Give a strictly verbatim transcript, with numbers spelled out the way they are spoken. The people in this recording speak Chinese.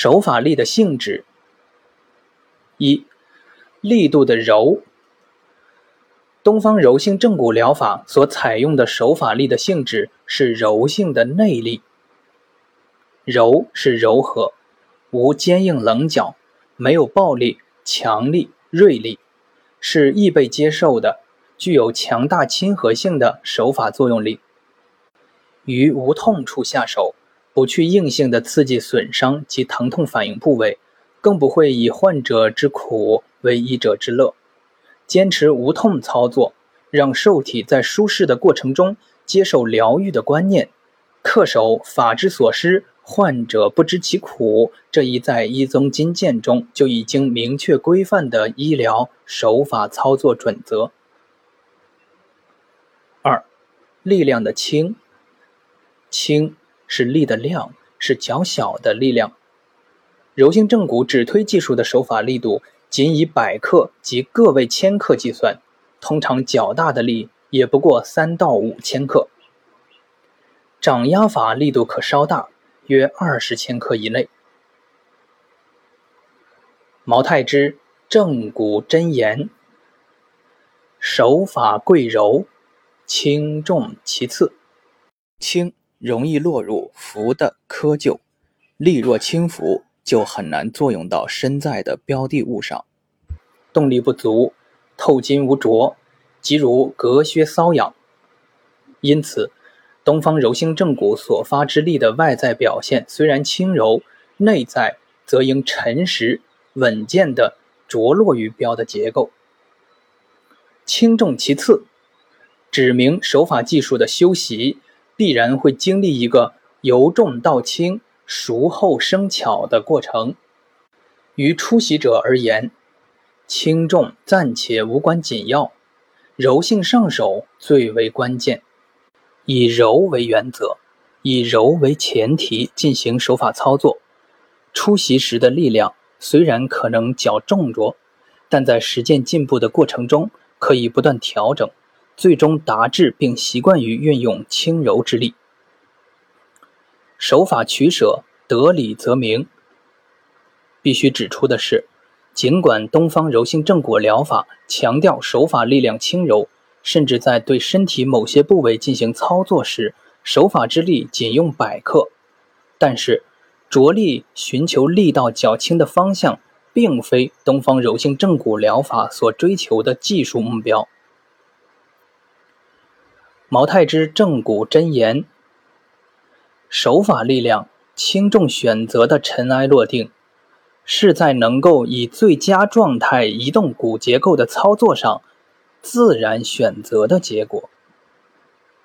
手法力的性质。一、力度的柔。东方柔性正骨疗法所采用的手法力的性质是柔性的内力。柔是柔和，无坚硬棱角，没有暴力、强力、锐利，是易被接受的，具有强大亲和性的手法作用力。于无痛处下手，不去硬性的刺激损伤及疼痛反应部位，更不会以患者之苦为医者之乐。坚持无痛操作，让受体在舒适的过程中接受疗愈的观念，恪守法之所施，患者不知其苦，这一在医宗金鉴中就已经明确规范的医疗手法操作准则。二、力量的轻。轻是力的量，是较小的力量。柔性正骨指推技术的手法力度仅以百克及个位千克计算，通常较大的力也不过三到五千克。掌压法力度可稍大，约二十千克以内。毛太之正骨真言。手法贵柔，轻重其次。轻容易落入浮的窠臼，力若轻浮，就很难作用到身在的标的物上。动力不足，透筋无着，即如隔靴搔痒。因此东方柔性正骨所发之力的外在表现虽然轻柔，内在则应沉实稳健地着落于标的结构。轻重其次，指明手法技术的修习必然会经历一个由重到轻、熟厚生巧的过程。于初习者而言，轻重暂且无关紧要，柔性上手最为关键。以柔为原则，以柔为前提进行手法操作。初习时的力量虽然可能较重着，但在实践进步的过程中可以不断调整，最终达至并习惯于运用轻柔之力。手法取舍，得理则明。必须指出的是，尽管东方柔性正骨疗法强调手法力量轻柔，甚至在对身体某些部位进行操作时，手法之力仅用百克，但是着力寻求力道较轻的方向，并非东方柔性正骨疗法所追求的技术目标。毛太之正骨真言。手法力量轻重选择的尘埃落定，是在能够以最佳状态移动骨结构的操作上自然选择的结果。